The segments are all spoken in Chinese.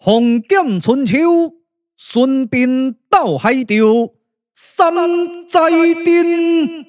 鸿剑春秋，孙膑斗海潮，山寨丁。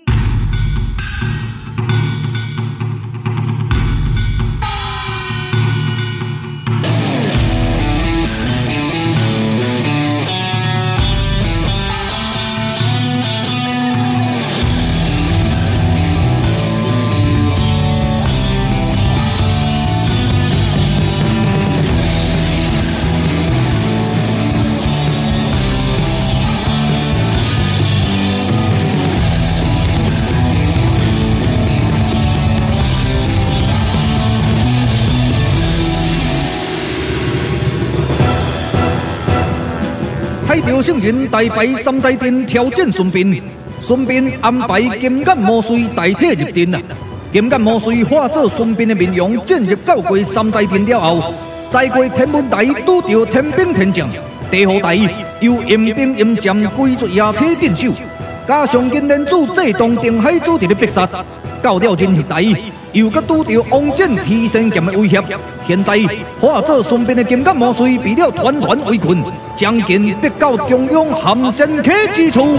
海潮圣人大败山寨丁，挑战孙膑。孙膑安排金眼魔术代替入阵啊！金眼魔术化作孙膑的面容，进入到过山寨丁了后，再过天文台拄到天兵天将，地火台由阴兵阴将归出野车镇守，加上金莲子这动定海主题的必杀，到了人血台又搁拄到王翦提神剑的威胁。现在化作孙膑的金眼魔术被了团团围困，将近逼到中央含仙溪之处。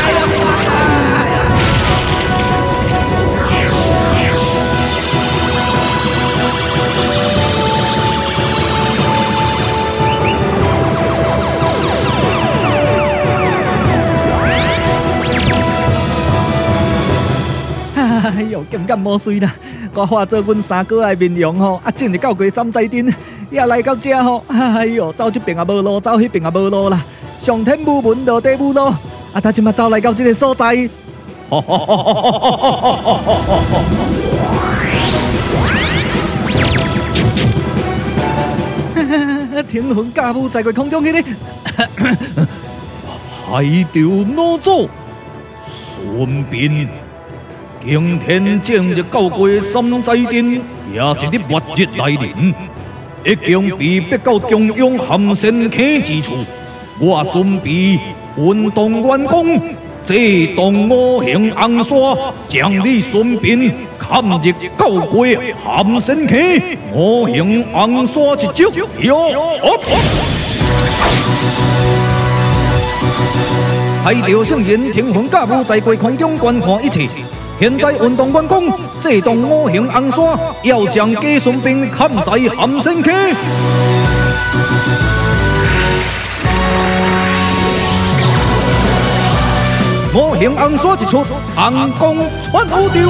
哎呦，金眼魔术啦！我化作阮三哥的面容吼，进入到过山寨丁，也来到这吼。哎呦，走这边也无路，走那边也无路啦。上天无门，落地无路，他即马走来到这个所在。天魂驾舞在过空中去呢。海潮老祖孙膑。今天正日到过山寨丁，也是你末日来临，已经被逼到中央含仙溪之处。我准备运动员工，这动五行红刷，将你孙膑砍入到过含仙溪。五行红刷一招，海潮圣人天魂驾舞在过空中观看一切。现在运动员讲，这动五行红刷要将假孙膑砍在含仙溪。五行红刷一出，红光穿宇宙。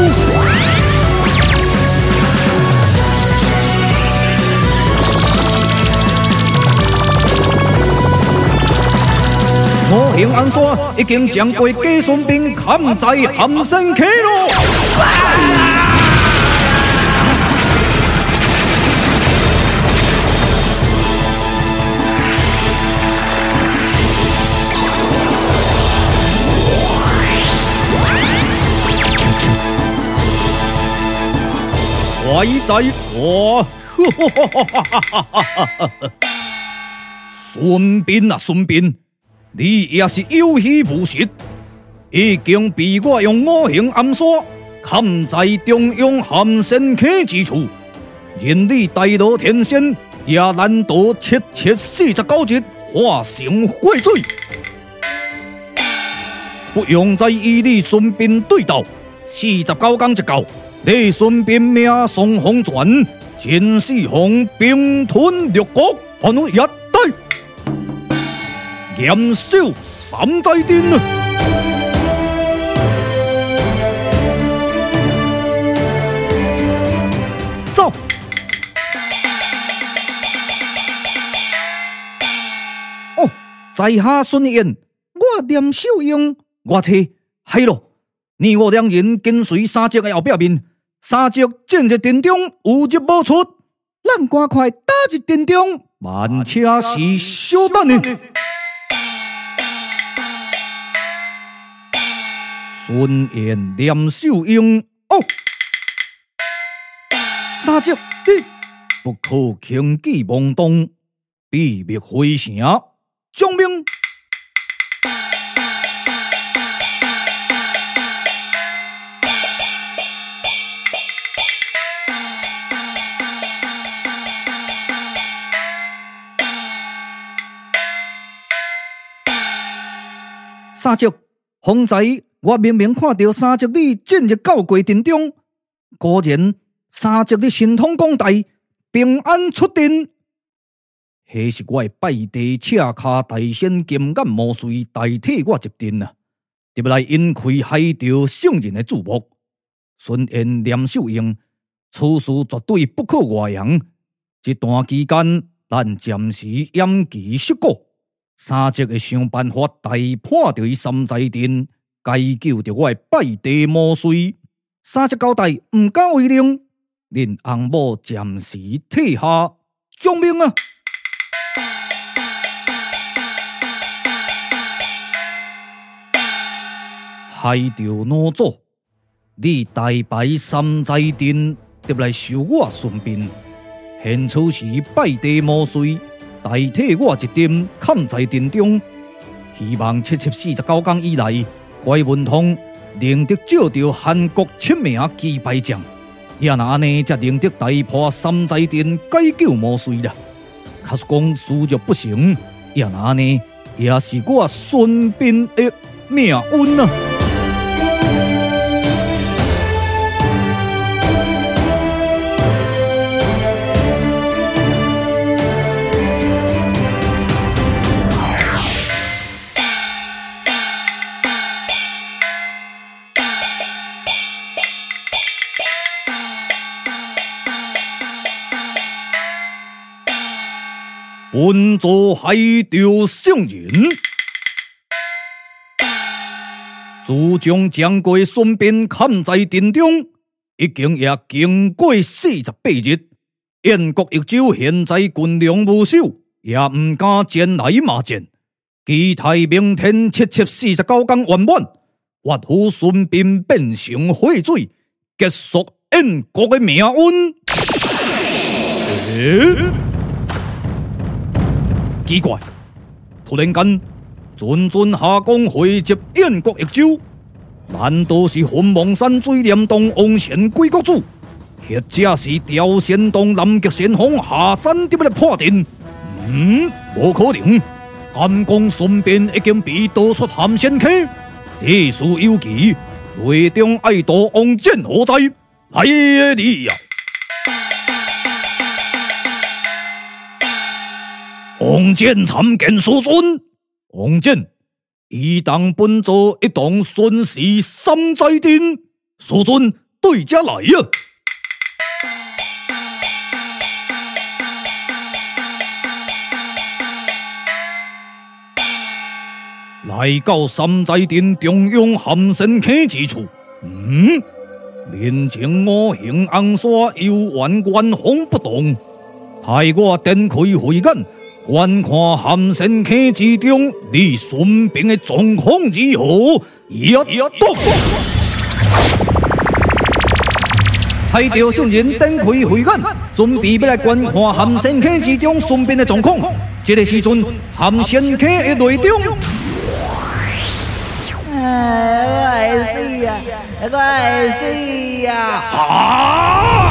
五行红刷已经将过假孙膑砍在含仙溪咯！怀在我，孙膑啊，孙膑！你也是有虚无实，已经被我用五行暗刷砍在中央含仙溪之处，任你大罗天仙也难躲749日化成火水，不用再与你孙膑对斗。49天一到，你孙膑命丧黄泉，前世红并吞六国，还有一代。严守山寨丁啊！走！哦，在下孙燕，我念秀英，我猜系咯。你我两人跟随三叔的后壁面，三叔进入阵中有入无出，咱赶快打入阵中，慢车是小等的。孙燕念秀英，哦，三叔，你不可轻举妄动，秘密回城，将命。 三叔，方才我明明看到三叔你进入到过程中，果然三叔你神通广大，平安出阵。迄是我的拜地赤卡大仙金眼魔髓代替我入阵啊！入来引开海潮圣人的注目，顺延念秀英，此事绝对不可外扬。这段期间，咱暂时掩其失果，三叔会想办法大破掉伊三寨镇，解救着我的拜地魔髓。三叔交代唔敢违令，恁翁某暂时退下将命啊！海潮老祖，你大败三寨镇，入来受我顺便。现此时拜地魔髓代替我一阵砍在阵中，希望749天以内，怪文通能得照着韩国出名击败将，也若安尼，才能得大破三寨镇，解救魔髓啦。假使讲事若不成，也若安尼，也是我孙膑的命运啊！本座海潮圣人，自从将过孙膑砍在阵中，已经也经过48日。燕国益州现在军粮无守，也唔敢前来骂战。期待明天749天圆满，岳父孙膑变成火水，结束燕国的命运。奇怪，突然间，阵阵下降汇集燕国益州，难道是凤凰山水帘洞王神贵国主，或者是刁仙洞南极神风下山入来破阵？无可能！敢讲孙膑已经被盗出含仙客，这事有奇，内中爱盗王剑何在？来也你呀！王剑参见师尊。王剑，伊当本座一同巡视三寨镇，师尊对家来啊！来到三寨镇中央含仙客之处，面前五行红沙悠远原封不动，派我点开慧眼。观看含仙客之中，你孙膑的状况如何？海潮圣人点开慧眼，准备要来观看含仙客之中孙膑的状况。这个时阵，含仙客的内中， 我会死啊！我会死啊！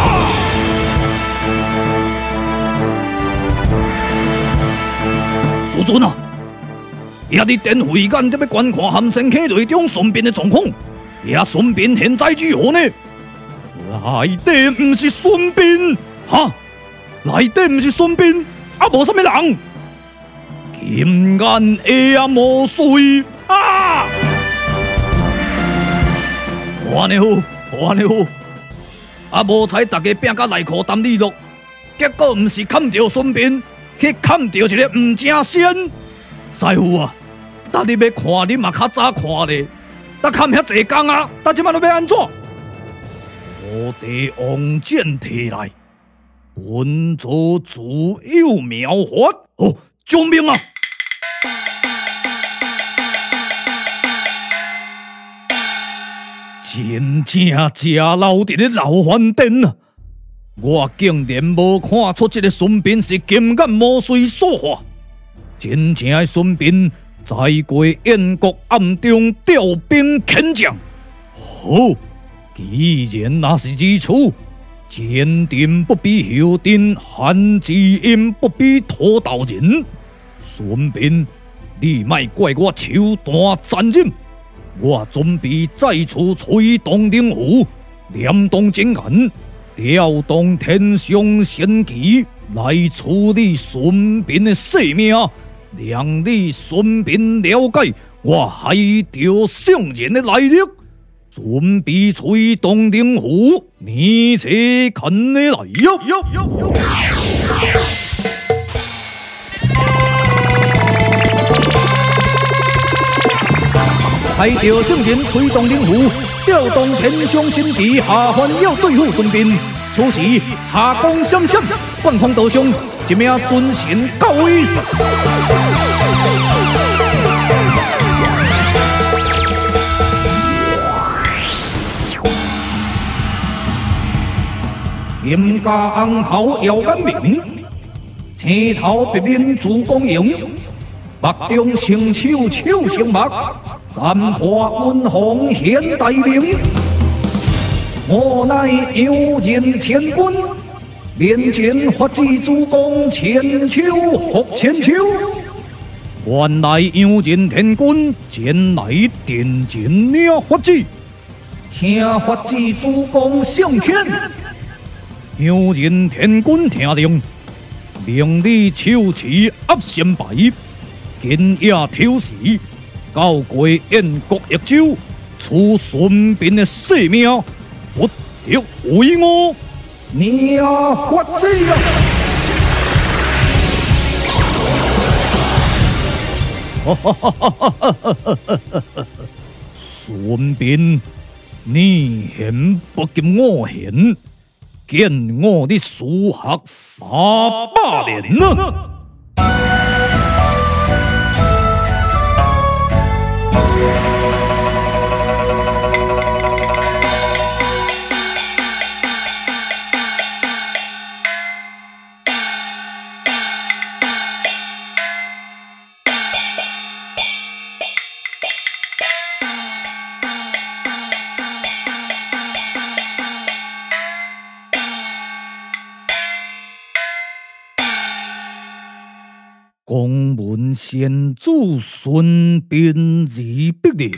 师尊啊，也你点慧眼就要观看含仙客内中孙膑的状况，也孙膑现在如何呢？内底不是孙膑，哈？内底不是孙膑，无什么人？金眼的魔髓啊！安尼好，无采大家拼甲内裤澹利落，结果不是砍掉孙膑。去砍掉一个唔正仙，师傅啊！等你要看，你嘛较早看咧。等砍遐济工啊！等即摆都要安怎？我地王剑摕来，本座自有妙法。哦，救命啊！真正食老伫咧老饭店啊！我竟然无看出这个孙膑是金眼魔髓所化，真正的孙膑在过燕国暗中调兵遣将。好，既然那是如此，前阵不比后阵，汉之音不比拖刀人。孙膑， 你莫怪我手段残忍，我准备再次催动灵符，念动真言，调动天上神奇来处理孙膑的性命，让你孙膑了解我海钓圣人的来历。准备催动灵符，你且看你来哟！海钓圣人催动灵符，调动天上神奇下凡要对付孙膑。此时下光闪闪，冠空道上一名尊神到位。金甲红袍耀眼明，青头白面主公营，目中生手手成目，三破云虹显大名。我乃有人天君，面前发旨主公千秋复千秋。原来有人天君前来殿前领发旨，请发旨主公上遣。有人天君听令，命你手持压仙牌，今夜挑时，到过燕国益州，处孙膑的性命，不得为我。你啊，发旨啊！孙膑，你嫌不及我嫌？见我的书学300年了。公文先主孙膑而必灵，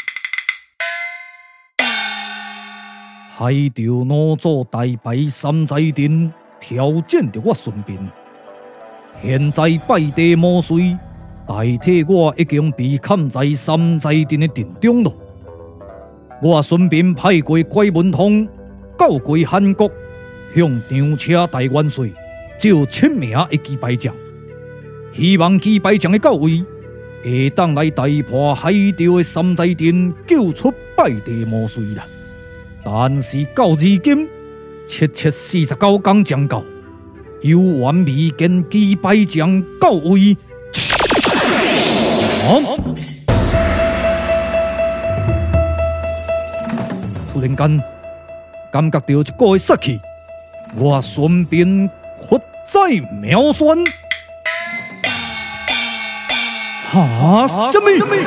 海钓老祖大败山寨镇，挑战着我孙膑。现在拜地魔髓，代替我已经被砍在山寨镇的阵中了。我孙膑派过怪文通，到过韩国，向张车大元帅招7名一级败将。希望其败将的到位，会当来大破海钓的山寨镇，救出拜地魔髓啦。但是到如今，749天将到，犹原未见其败将到位。突然间，感觉到一股杀气，我孙膑活在苗酸。哈！什么？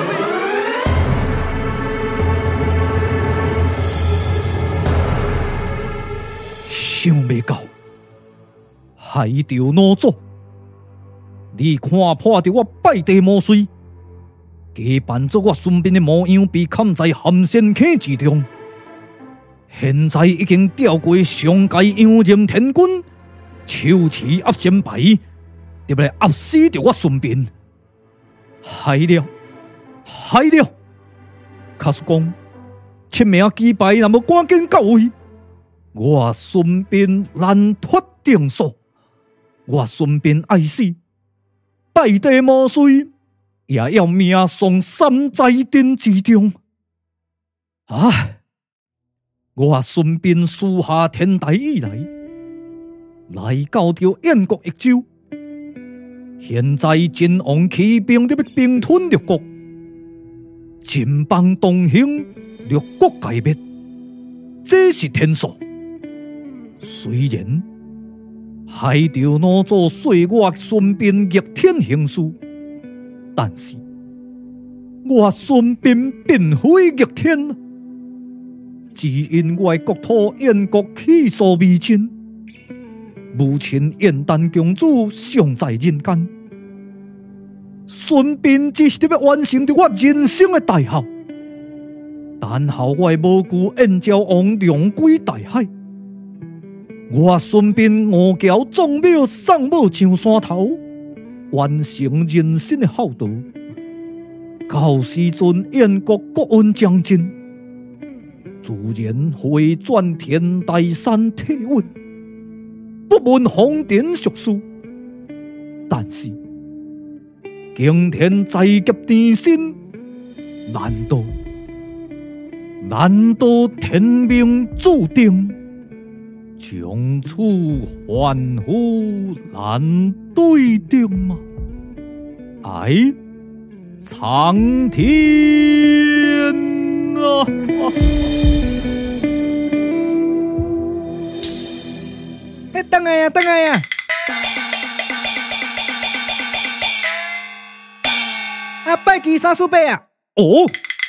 想袂到，海钓老祖，你看破着我拜地魔髓，假扮作我孙膑的模样，被砍在含仙坑之中。现在已经调过上界阳任天君，手持压仙牌，得来压死着我孙膑。害了！卡叔讲，7名击败，若无赶紧到位，我孙膑难脱定数。我孙膑爱死，拜地魔髓也要命丧山寨镇之中。我孙膑私下天台以来，来到着燕国益州。现在晋王起兵就要并吞六国，秦邦东兴，六国改灭，这是天数。虽然海钓老祖说我孙膑逆天行事，但是我孙膑并非逆天，只因我国土燕国气数未尽。母亲燕丹公主尚在人间， 顺便只是要完成着我人生的大孝。但后我无辜燕昭王龙归大海，我顺便误桥壮庙送母上山头，完成人生的孝道。到时阵燕国国运将尽，自然回转天台山体运，不问红尘俗事。但是惊天灾劫颠身，难道天命注定，从此凡夫难对定吗？哎，苍天啊！ 等下呀，等下呀！拜见三叔伯啊！ 哦，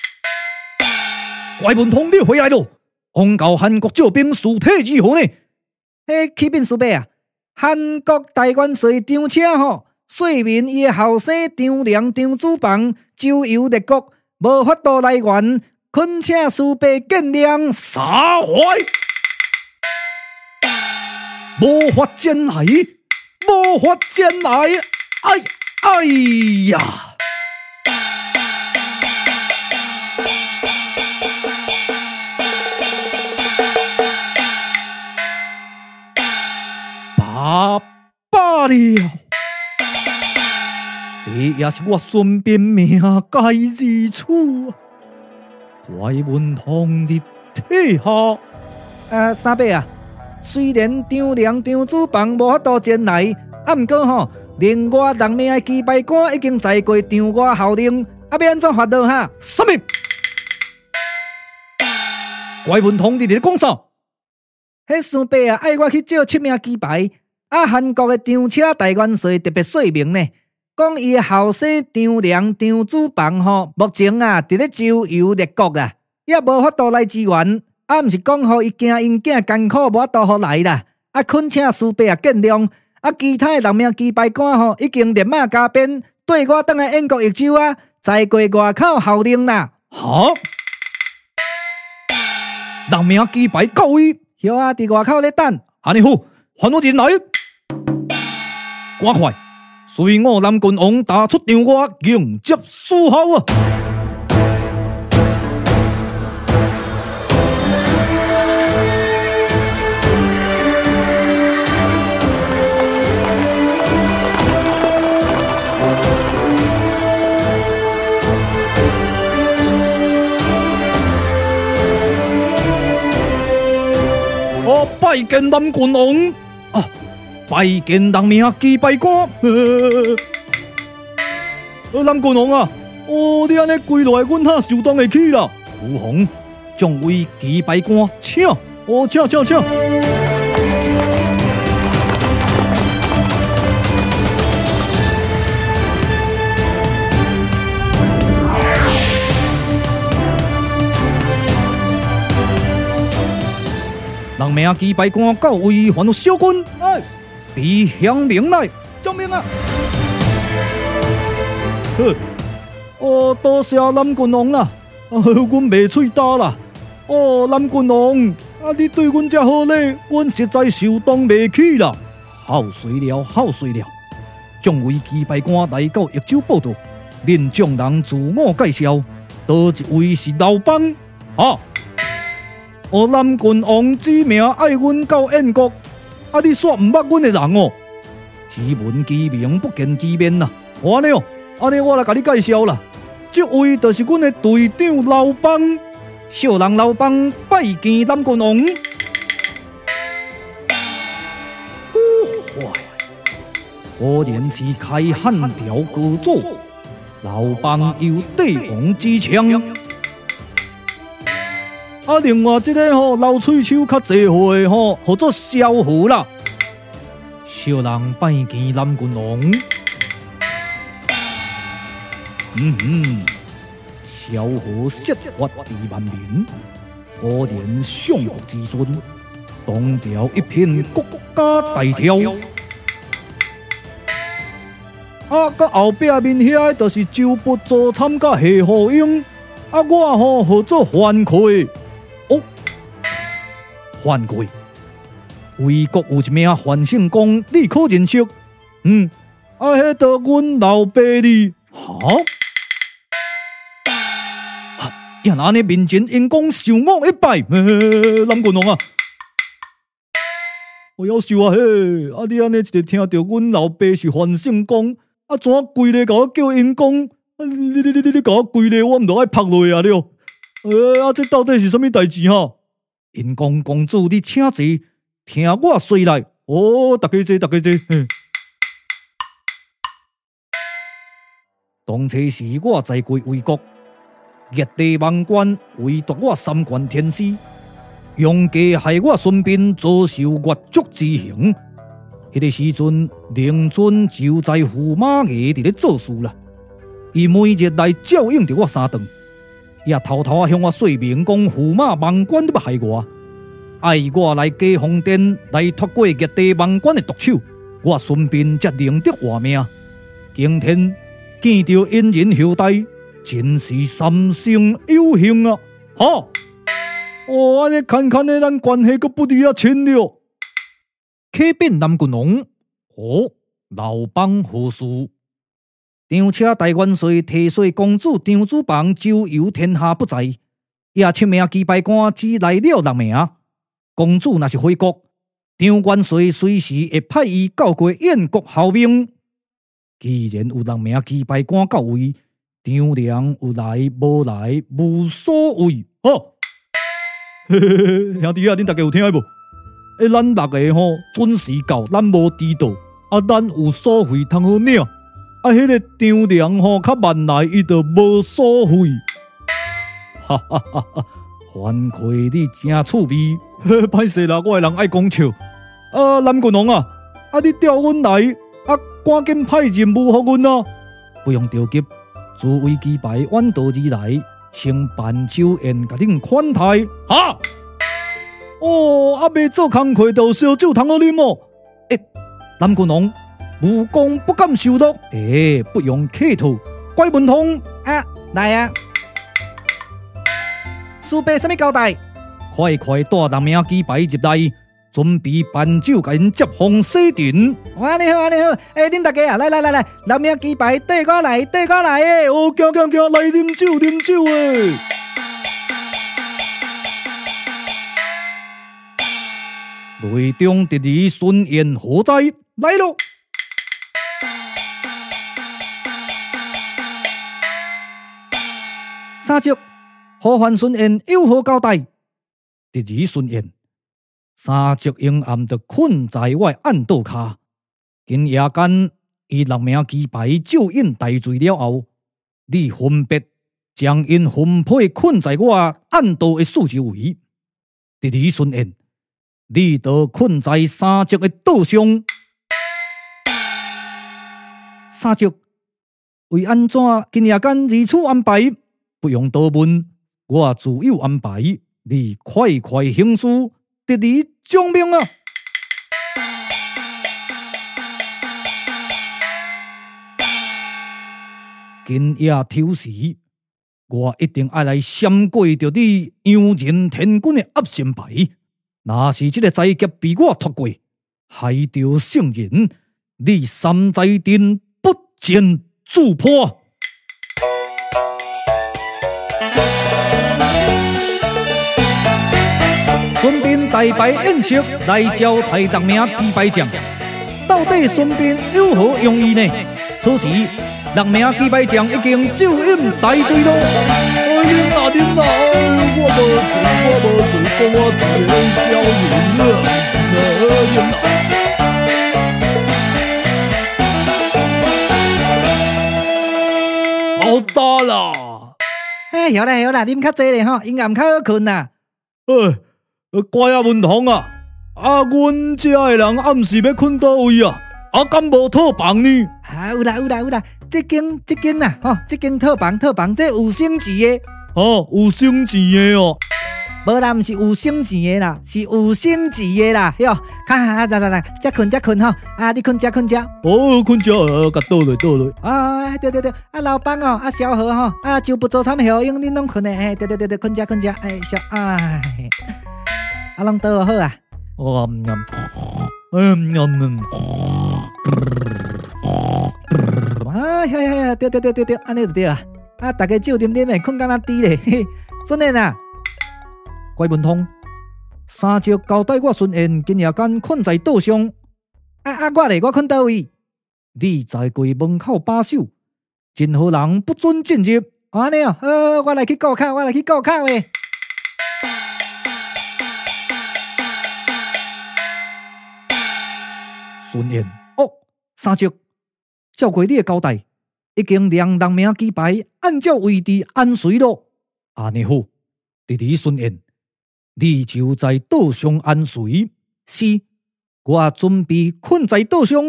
怪文通你回来了，王到韩国招兵，事体如何呢？ 启禀叔伯啊，韩国大元帅张车说明伊的后生张良张子房周游列国，无法度来援，恳请叔伯见谅。 啥话？无法前来，无法前来！哎呀！罢了，这也是我顺便命该如此啊！怪文通的体下。 三伯啊，虽然张良张子房无法度前来，不过连我人命的击败官已经载过张我号令，要安怎发落哈？ 什么？怪文通你在讲啥？ 迄三伯啊，爱我去借7名击败。韩国的张车大元帅特别说明呢，讲伊的后生张良张子房目前伫咧周游列国啊，也无法度来支援，毋是讲互伊惊因囝艰苦无法度互来啦，恳请师伯见谅。其他的人命击败官已经连马加鞭，对我倒来燕国益州载过外口号令啦。 哈？人命击败到位， 晓伫外口咧等。 安尼好，还我进来。赶快，随我南郡王打出场外迎接书号啊！我拜见南郡王啊！拜见人命击败官，南郡王啊！你安尼跪落来，阮哈受当会起啦。有妨，将位击败官，请，请。人命击败官到位，还有小军，比乡民来，救命啊！多谢南郡王啦，阮袂喙焦啦。南郡王，你对阮这好礼，阮实在受当袂起啦。好水了，将位击败官来到益州报道，恁众人自我介绍，倒一位是老帮？南郡王指名爱阮到燕国，你煞毋捌阮的人只闻其名不见其面啦。安尼我来甲你介绍啦，这位就是阮的队长老帮，小人老帮拜见南郡王。果然是开汉朝高祖，老帮有帝王之强。另外这个老喙手较济岁号做萧何啦。小人拜见南郡王。萧何设法治万民，果然相国之尊，当朝一片国家大条。 甲后壁面遐个就是周不做参甲谢虎英，我号做樊夔。哦，樊夔，魏国有一名樊姓公，你可认识？迄个阮老爸哩。哈？呀，那呢面前因讲受我一拜，南郡王啊！我夭寿啊嘿！你安尼一直听到阮老爸是樊姓公，怎规日甲我叫因公？你甲我规日，我毋着爱拍落啊了！这到底是啥物代志哈？因公公主，你请坐，听我说来。大家坐，大家坐。当初是我在归魏国，业地万贯，唯独我三观天师。用计害我孙膑遭受越族之刑，迄个时阵，令尊就在驸马衙伫咧做事啦。伊每日来照应着我3顿，也偷偷向我说明讲驸马万贯都要害我，爱我来加封殿来脱过业地万贯的毒手，我孙膑才宁得活命。今天见到恩人后代，真是三生有幸啊！哈！安尼看看的，咱关系佫不离啊亲了。启禀南郡王，老帮何事？长车大元帅提说公主张子房周游天下不在，也7名击败官只来了6名。公主若是回国，张元帅随时会派伊到过燕国效命。既然有6名击败官到位，张良有来无来无所谓。兄弟啊，恁大家有听无？咱6个准时到，咱无迟到，咱有所费通好领。迄个张良较慢来，伊就无所费。哈哈哈哈！樊夔你真趣味，歹势啦，我的人爱讲笑。南郡王啊，你调阮来，赶紧派任务给阮啊！不用着急，诸位击败远道而来。先办酒宴，甲恁款待。哈！未做工课就烧酒通好啉哦。南郡王，武功不敢受禄，不用客套。怪文通来啊！师伯什么交代？ 快带6名击败入来，准备办酒，甲因接风洗尘。 你好，你好，恁大家啊，来，6名击败，跟我来，跟我来诶！ 行，来啉酒诶！内中第2巡演何在？来咯！ 三叔，何樊巡演有何交代？ 第2巡演。三叔阴暗就困在我暗道下，今夜间伊6名击败酒饮大醉了后，你分别将因分配困在我暗道的四周围。第2巡演，你就困在三叔的道上。 三叔，为安怎今夜间如此安排？ 不用多问，我自有安排。你快行事。第2将命啊！今夜挑时，我一定要来闪过着你杨仁天君的压身牌。若是这个灾劫被我脱过，害着圣人，你三灾殿不见自破。孙膑大败宴席，来招待6名击败将。到底孙膑有何用意呢？此时6名击败将已经酒饮大醉了。恁啊！我无醉，讲我一个小人啊！好大啦！ 晓啦，啉较济咧吼，阴暗较好困啦。 乖啊，文通啊！阮遮个人暗时要困倒位啊？敢无套房呢？ 有啦，这间啦，这间套房，这有升级的。 有升级的哦。 无啦，毋是有省钱的啦，是有心钱的啦，哟！来，遮困吼，你困遮。 哦，困遮甲倒落。 对，老板哦，小何吼，就不做参效应，恁拢困的，对，困遮，拢倒好啊。对，安尼就对啊！大家少点的，困到哪低咧？孙燕啊，怪文通，三叔交代我孙燕今夜间困在岛上。我困倒位？你在柜门口把守，任何人不准进入。安尼哦，我来去顾卡喂。孙燕，三叔，照过你的交代，已经两人名举牌，按照位置安随咯。安尼好，弟弟孙燕，你就在岛上安随。是，我准备困在岛上。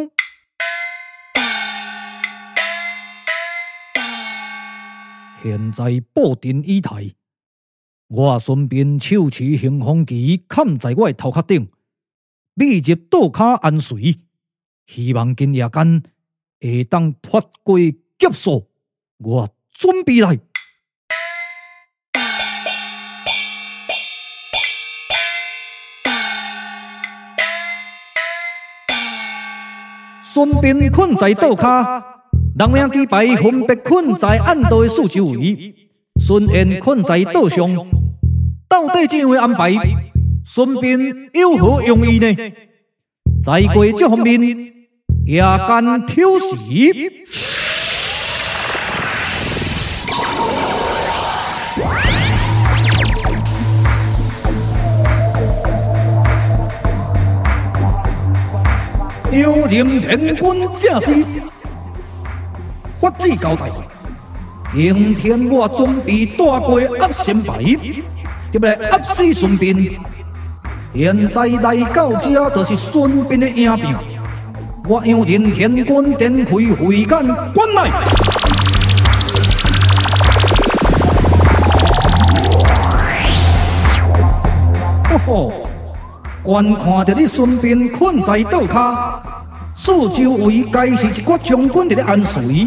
现在布阵以台，我顺便手持行风旗，砍在我的头壳顶，密入岛骹安随。希望今夜间会当脱过劫数，我准备来。顺便困在岛骹，人名举牌分别困在暗道的四周围，孙燕困在岛上，到底怎样安排？顺便有何用意呢？在过这方面，夜间挑事。有任天军正是法制交代，今天我准备带过压身牌，入来压死孙膑。现在来到这就是孙膑的营场，我有任天军展开会眼观来。观看着你孙膑困在岛骹，四周围该是一国将军伫咧安随。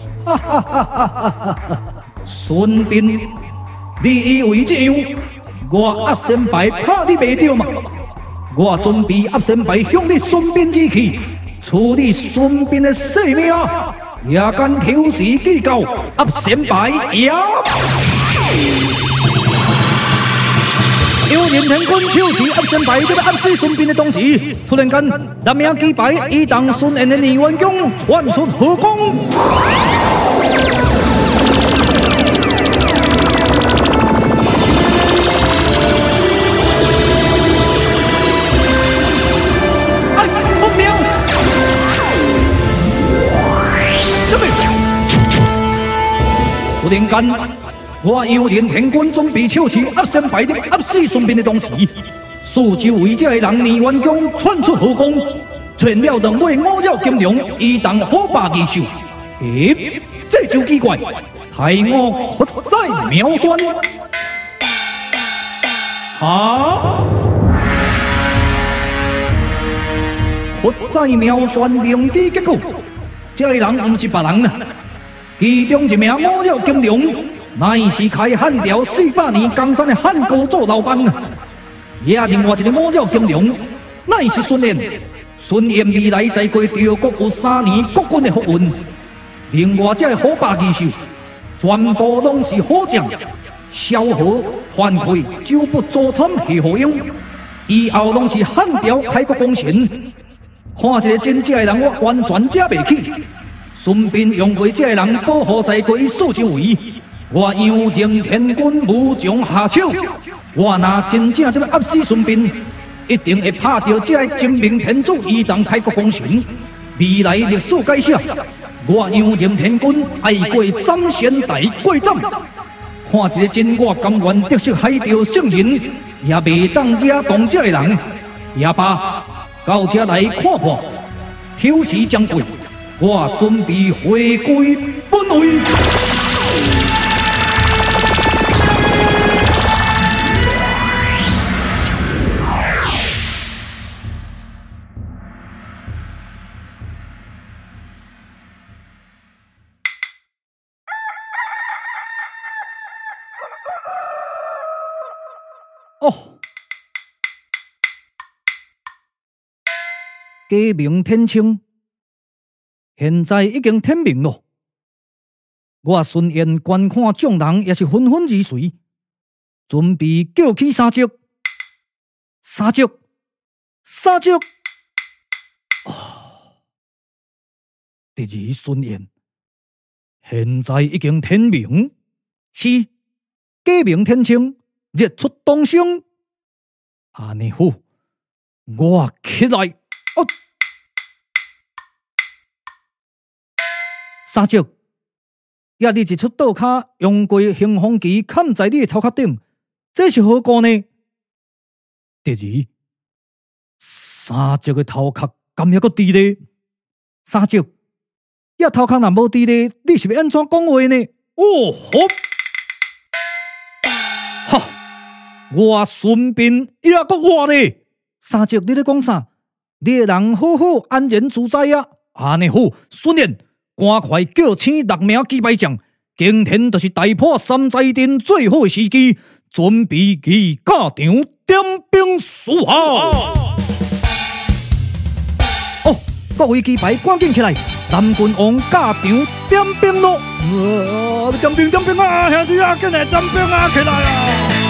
孙膑，你以为这样，我压身牌拍你袂着吗？我准备压身牌向你孙膑指去，处理孙膑的性命。夜间挑事计较，压身牌呀！有任天军手持压身牌，在压死孙膑的同时，突然间，人名举牌，一当孙燕的二员将窜出河宫。不妙！什么？突然间。我有任天军准备手持压身牌的压死孙膑的同时，四周围这个人二员将窜出河宫，出现了两位五爪金龙，一当火把异兽。这就奇怪，太我活在苗酸。活在苗酸灵的结果，这个人不是别人啊，其中一名五爪金龙。乃是开汉朝400年江山的汉高祖老板啊！也另外一个五爪金龙，乃是孙燕。孙燕未来在过赵国有3年国军的福运。另外这个火把异兽，全部拢是好将，萧何、樊哙就不助参谢侯英，以后拢是汉朝开国功臣。看一个真正的人，我完全吃袂起。孙膑用过这个人保护在过伊四周围。我杨任天军武将下手，我若真正要压死孙膑，一定会拍到这个真命天子一当开国功臣。未来历史改写，我杨任天军爱过斩仙台过斩，看一个真我甘愿得失海钓圣人，也未当惹动这个人。也罢，到这来看破，挑事将过，我准备回归本位。 哦，家明天清，现在已经天明了。我顺延观看众人也是纷纷而随，准备叫起三只，三只，三只。第二顺延，现在已经天明，是家明天清，日出东升。安尼好，我起来。哦，三只。也你一出倒骹，用过行风旗砍在你的头壳顶，这是何故呢？第二，三只的头壳敢还阁伫咧？三只，也头壳若无伫咧，你是要安怎讲话呢？哦，好，哈，我顺便也阁活咧。三只，你咧讲啥？你的人好好安然自在啊！安尼好，顺延。赶快叫醒6名击败将，今天就是大破山寨镇最好的时机，准备去架场点兵输下。哦，各位击败赶紧起来，南郡王架场点兵咯！点兵点兵啊，兄弟啊，进来点兵啊，起来啊！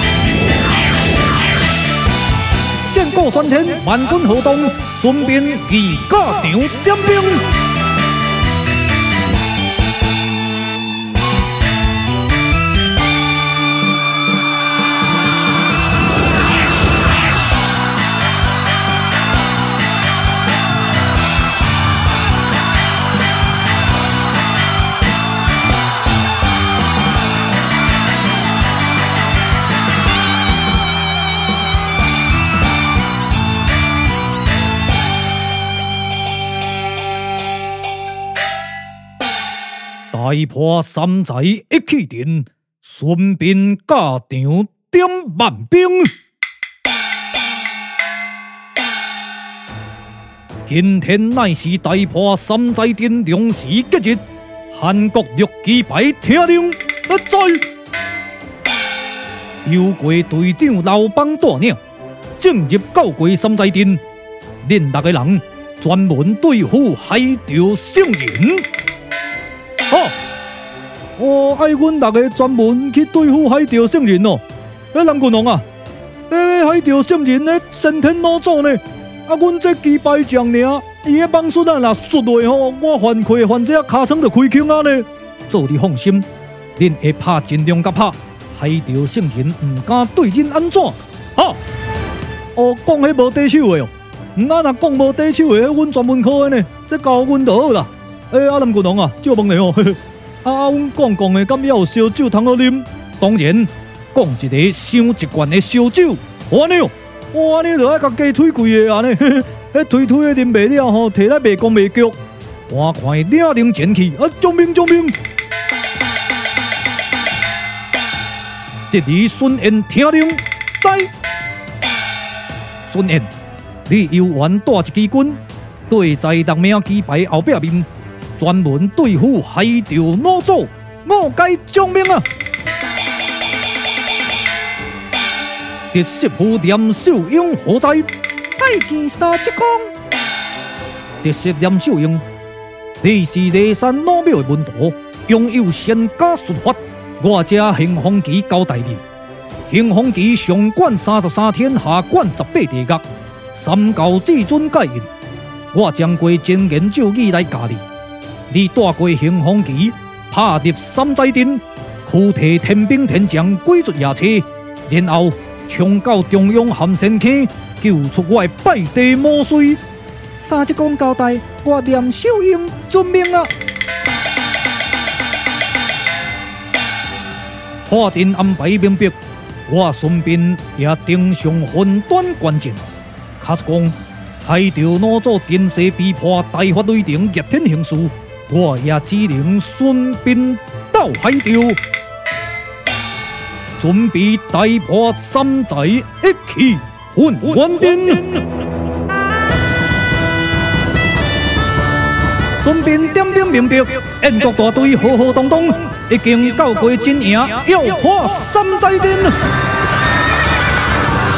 建国宣天，万军何动，顺便去架场点兵。大破山寨一起阵，顺便架场点万兵。今天乃是大破山寨镇龙时吉日，韩国六击败听令在。由过队长刘邦带领，进入到过山寨镇，恁6个人专门对付海钓圣人。爱阮6个专门去对付海钓圣人哦。南郡王啊，海钓圣人咧先天老祖呢，阮这击败将尔，伊个网术啊若摔落吼，我犯亏犯这尻川就开腔啊呢。做你放心，恁会拍尽量甲拍，海钓圣人唔敢对恁安怎？讲迄无底手的哦，若讲无底手的，阮专门考的呢，这教阮就好啦。南郡王啊，借问你哦。阮讲的，敢也有烧酒通好啉？当然，讲一个上一罐的烧酒，安尼哦，安尼就爱甲鸡腿贵的安尼，迄推推的啉袂了吼，摕来卖公卖局，赶快领令前去，救命救命！第二孙燕听令，在孙燕，你由原带一支军，对在6名击败后壁面。专门对付海钓老祖，我该将命啊！第10副念秀英何在？爱见三只公。第10念秀英，你是骊山老庙的门徒，拥有仙家术法。我这行风旗交代你，行风旗上管33天，下管18地狱，三教至尊戒印。我将过真言咒语来教你。你带过行风旗，拍入山寨镇，驱提天兵天将，鬼卒夜车，然后冲到中央咸山坑，救出我的拜地魔髓。三只公交代，我念秀英遵命啊！法庭安排明白，我顺便也登上分段关键。卡是讲，海钓老祖电视被迫大发雷霆，逆天行事。我也只能顺便到海钓，准备大破山寨，一起混完阵。顺便点兵明白，燕国大队浩浩荡荡，已经到过真营，要破山寨阵。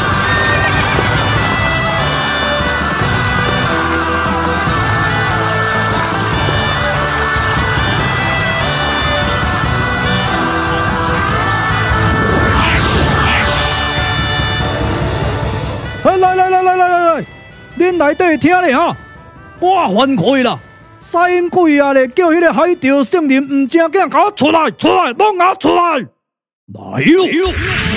内底听咧哈，我反悔啦！三因鬼啊咧，叫迄个海钓圣人唔正经，甲我出来，拢甲我出来！来哟！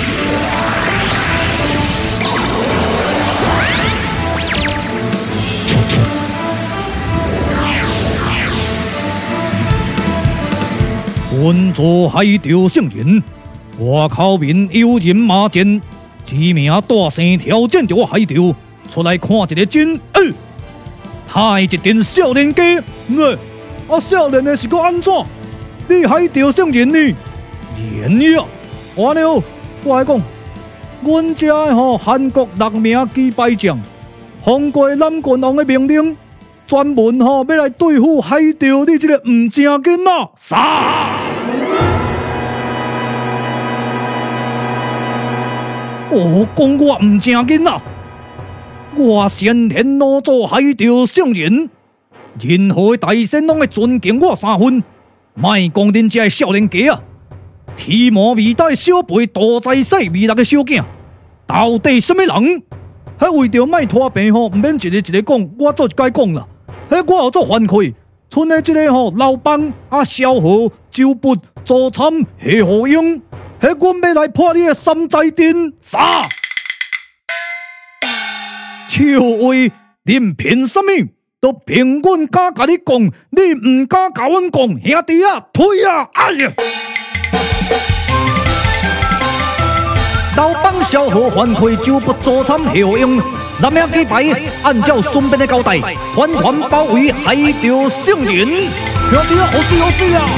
本座海钓圣人，外口面有人马剑，指名大声挑战着我海钓，出来看一个真。太一阵少年家，少年的是个安怎？你海钓圣人呢？言呀，完了，我来讲，阮遮的韩国6名击败将，奉过南郡王的命令，专门要来对付海钓你这个唔正经仔，杀！讲我唔正经仔，我先天老祖海钓圣人，任何大仙拢会尊敬我3分，莫讲恁这少年家啊！天魔未带小辈大在世未来的小囝，到底什么人？迄为着莫拖病毋免一个讲，我做一该讲啦。迄我有做反馈，剩的这个老帮萧何、周勃、周参、谢和英，迄阮要来破你的山寨阵，杀！笑话，恁凭什么？都凭阮敢甲你讲，你唔敢甲阮讲，兄弟啊，退啊！哎呀！老帮萧何反馈周勃周参谢和英，6名击败，按照孙膑的交代，团团包围海钓圣人。兄弟啊，好水啊！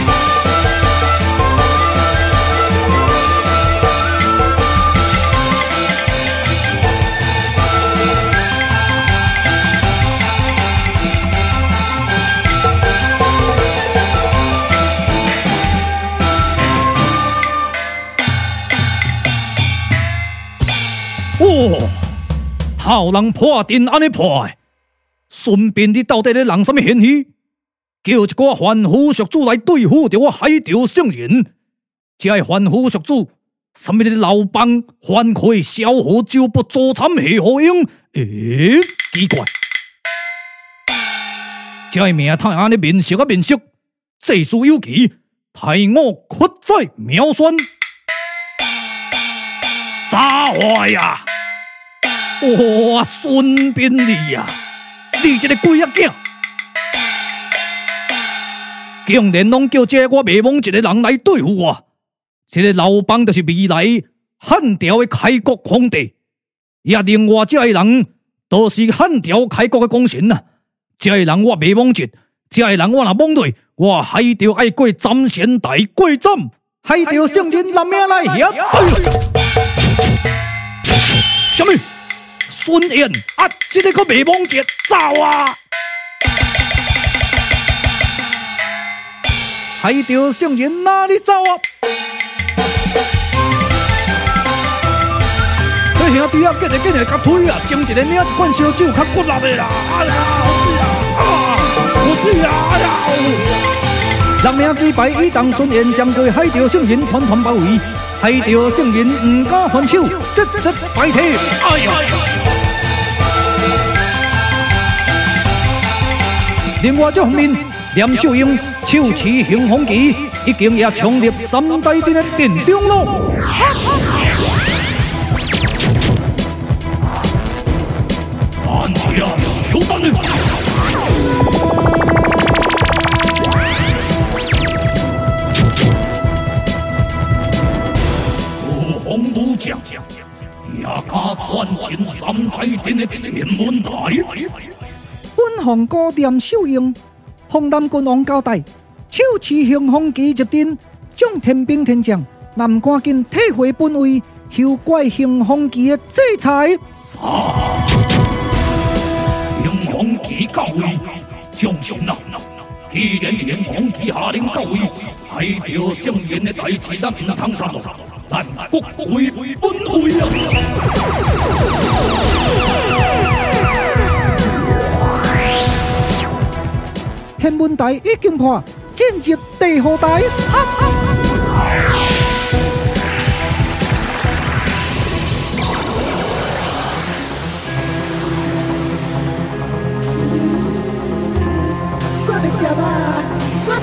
好人破阵安尼破的，孙膑你到底咧人什么嫌疑？叫一个凡夫俗子来对付着我海钓圣人，这个凡夫俗子，什么老帮反馈萧何、周勃、周参、谢和英，奇怪，这个名太安尼面色，这事有奇，待我屈在苗酸，啥话呀？哇，孙膑你呀，你这个鬼仔囝，竟然拢叫这我未蒙一个人来对付我！这个老帮就是未来汉朝的开国皇帝，也另外这个人都是汉朝开国的功臣啊！这个人我未蒙一，这个人我若蒙对，我海钓爱过斩仙台过斩，海钓圣人拿命来遐！什么？孙燕啊，这个可未忘记走啊！海钓圣人哪里走啊？兄弟啊，紧来甲推啊！将一个领一罐烧酒较骨力的啦！哎呀，好水啊！哎呀！6名击败以当孙燕将对海钓圣人团团包围，海钓圣人唔敢还手，直败退！哎呀！另外这方面，连秀英手持雄风旗，已经也冲入山寨阵的阵中咯。安琪啊，小等你！武红武将也敢闯进山寨阵的天门台？ 本皇高调秀英，奉南郡王交代，手持雄风旗入阵，将天兵天将，南赶紧退回本位，休怪雄风旗的制裁。 雄风旗到位，将士啊！既然雄风旗下令到位，海钓圣人的代志咱唔通插落，咱国回本位啊！ 天门台已经破，进入地河台。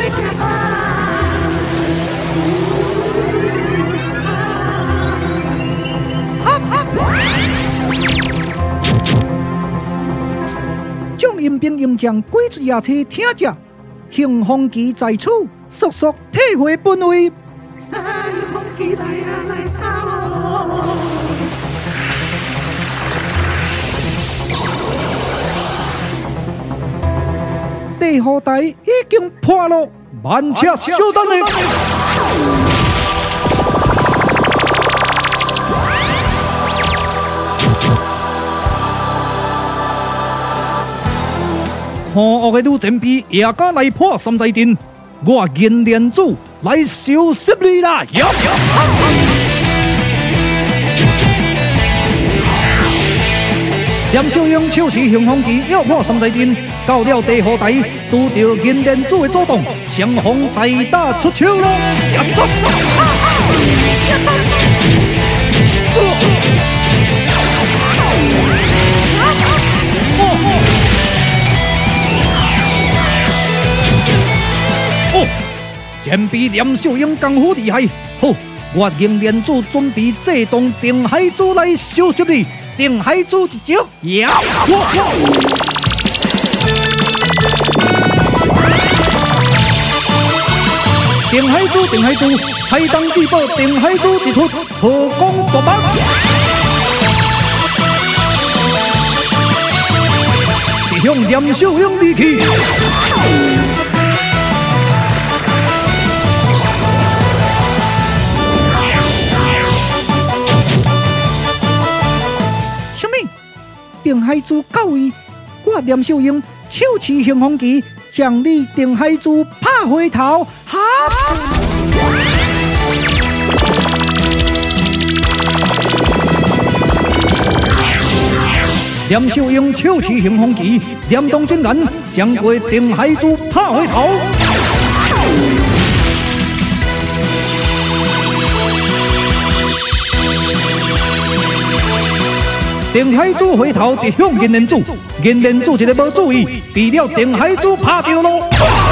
将阴兵阴将鬼子野车听着，行风旗在此，速速退回本位。 风旗来啊来走哦！ 地护台已经破了，慢车小等的。看恶的女前辈也敢来破三寨阵，我银莲子来收拾你啦！严小英手持雄风旗要破三寨阵，到了地护台，拄到银莲子的阻挡，双方大打出手咯！前辈严小英功夫厉害，好，我银莲子准备制动定海珠来收拾你。定海珠一招，呀！定海珠，定海珠，开当自保，定海珠一出，河光夺目。弟兄严小英离去。定海珠到位，我严小英手持雄风旗，将你定海珠拍回头。哈！严小英手持雄风旗，连动真然将过定海珠拍回头。定海珠回头直向银莲子，银莲子一个无注意，被了定海珠拍掉咯。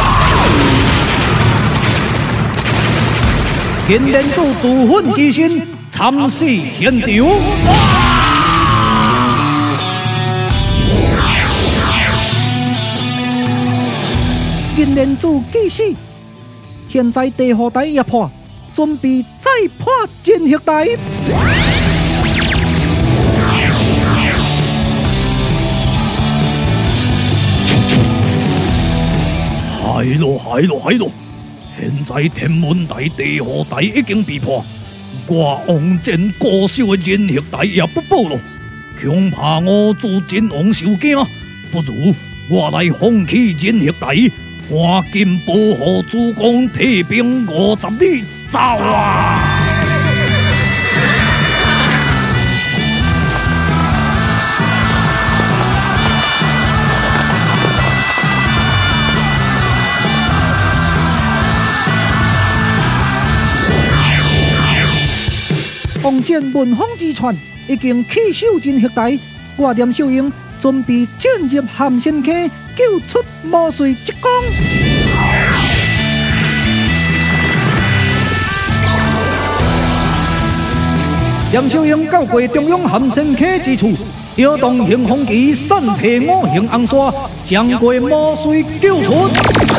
银莲子自刎其身，惨死现场。银莲子既死，现在地护台也破，准备再破金血台。害咯！现在天文台、地护台已经被破，我王建固守的人血台也不保咯，恐怕我主真王受惊，不如我来放弃人血台，赶紧保护主公提兵50里走啊！王建闻风之传，已经弃守人血台。我严小英准备进入咸新溪，救出毛遂之功。严小英到过中央咸新溪之处，摇动雄风旗，散披五行红线，将过毛遂救出。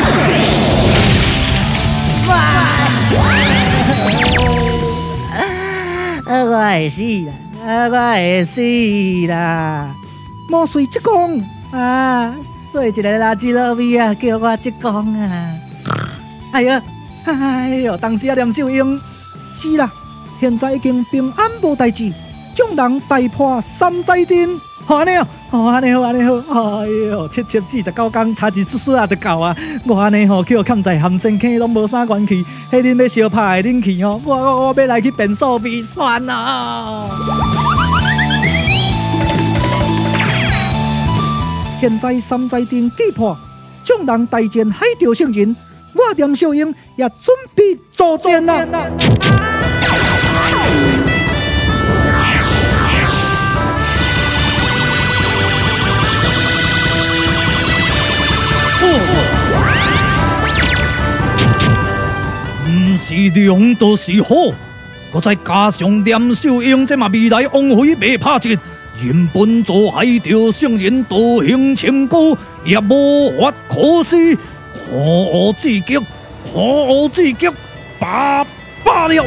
我会死啦！我会死啦！ 毛遂之功啊！做一个垃圾老味啊，叫我职工啊！ 哎呦！当时啊，严小英是啦，现在已经平安无代志，众人大破三寨阵。安尼安尼好。哎呦，749天，差一丝啊就到啊！我安尼叫崁在咸新溪拢无啥关系，迄恁要相拍的恁去哦，我要来去变数秘算啊！现在三寨阵击破，众人大战海潮圣人，我严小英也准备作战啦！ 但是量就是好，搁再加上念秀英这嘛未来王妃未拍折，原本做海钓圣人道行千古，也无法可施，可恶至极，可恶至极，罢了！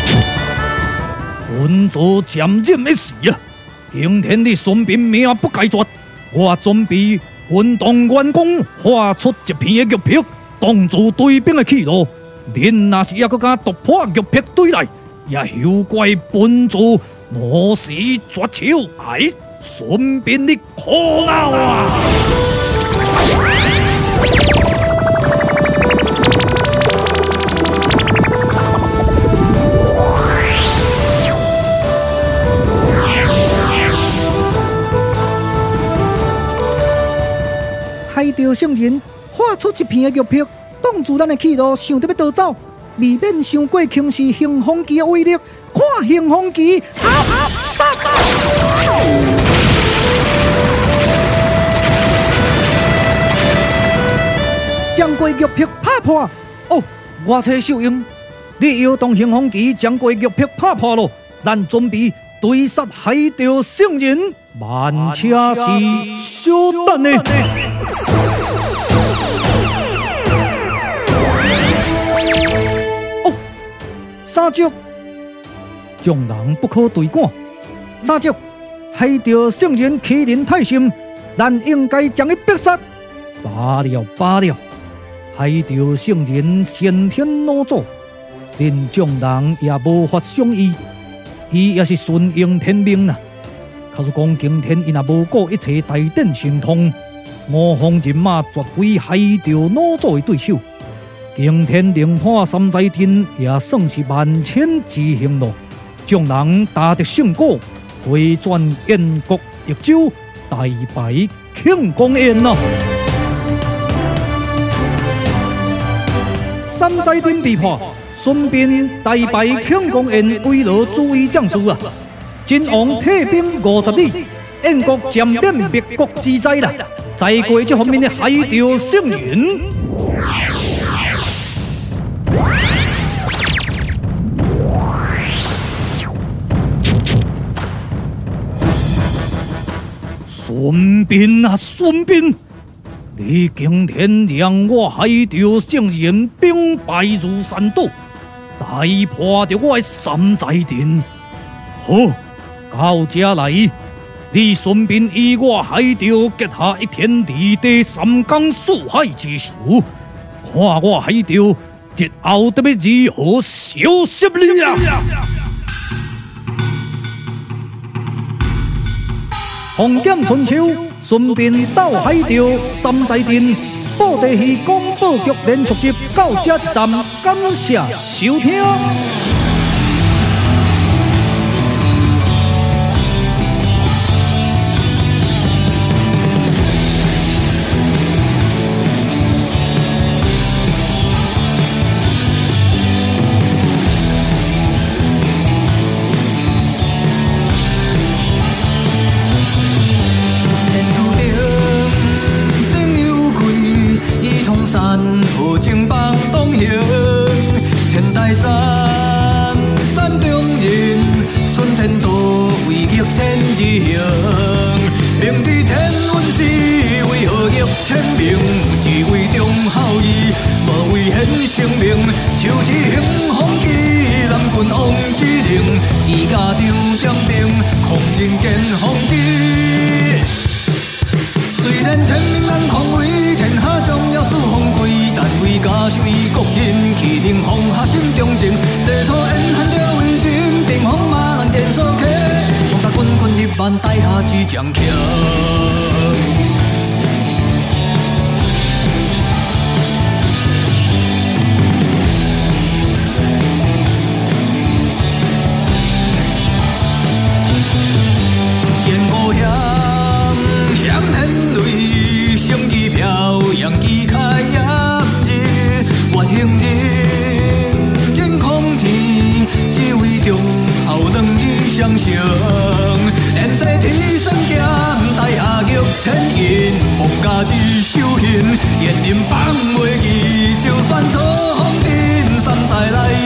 本座暂忍一时啊！今天的孙膑命不该绝，我准备运动员工画出一片的玉璧，挡住对兵的去路。恁若是还阁敢突破玉璧对来，也休怪本座怒视绝手，哎，孙膑你可恼啊！ 海钓圣人画出一片的玉璧，挡住咱的去路，想得要逃走，未免伤过轻视行风旗的威力。看行风旗，杀！将过玉璧拍破。哦，我猜秀英，你又动行风旗将过玉璧拍破了，咱准备对杀海钓圣人。慢车是小等呢。哦，三叔，众人不可对赶。三叔，海钓圣人欺人太甚，咱应该将伊逼杀。罢了，海钓圣人先天孬主，恁众人也无法相依，伊也是顺应天命呐。假如讲今天伊若无顾一切大展神通，五方人马绝非海钓孬主的对手。今天能破三寨阵，也算是万千之幸咯。众人打得胜果，回转燕国益州，大败庆功宴呐！三寨阵被破，孙膑大败庆功宴，为了诸位将士啊！晋王退兵50里，燕国占领灭国之灾啦！再过这方面的海钓圣人，孙膑啊，孙膑，你今天让我海钓圣人兵败如山倒，大破着我的三寨阵，好！到这来，你孙膑以我海钓结下一天地地三江四海之仇，看我海钓日后得要如何收拾你啊！红剑春秋，孙膑斗海钓三寨阵，布袋戏广播剧连续集到这一站，感谢收听。台下一将强。前无险，向天雷，升旗飘扬，旗开炎日，万行人，人空天，只为忠孝两字相承。天生天生剑，台下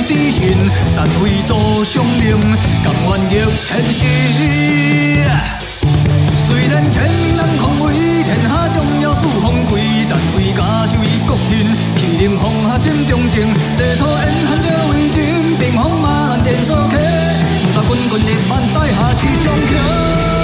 知信，但为做生命，甘愿逆天时。虽然天命难控为天下将要事丰贵，但为家受伊国恩，气凌风下心中情，这初烟含着为情，兵锋马兰电所起，红纱滚滚日万代下志将强。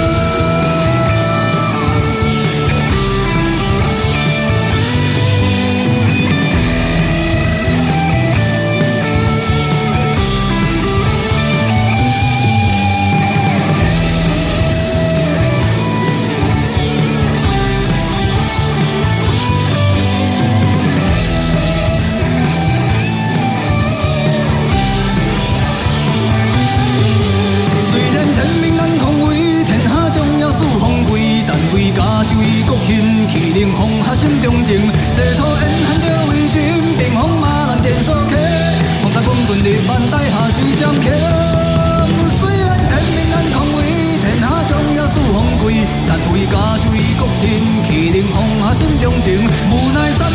心中情，这初烟含着为情，兵锋马兰电所起，红纱滚滚日万代下水将强。虽然天命难控为天下将要事丰贵，但为家受伊国恩，气凌风下心中情，无奈三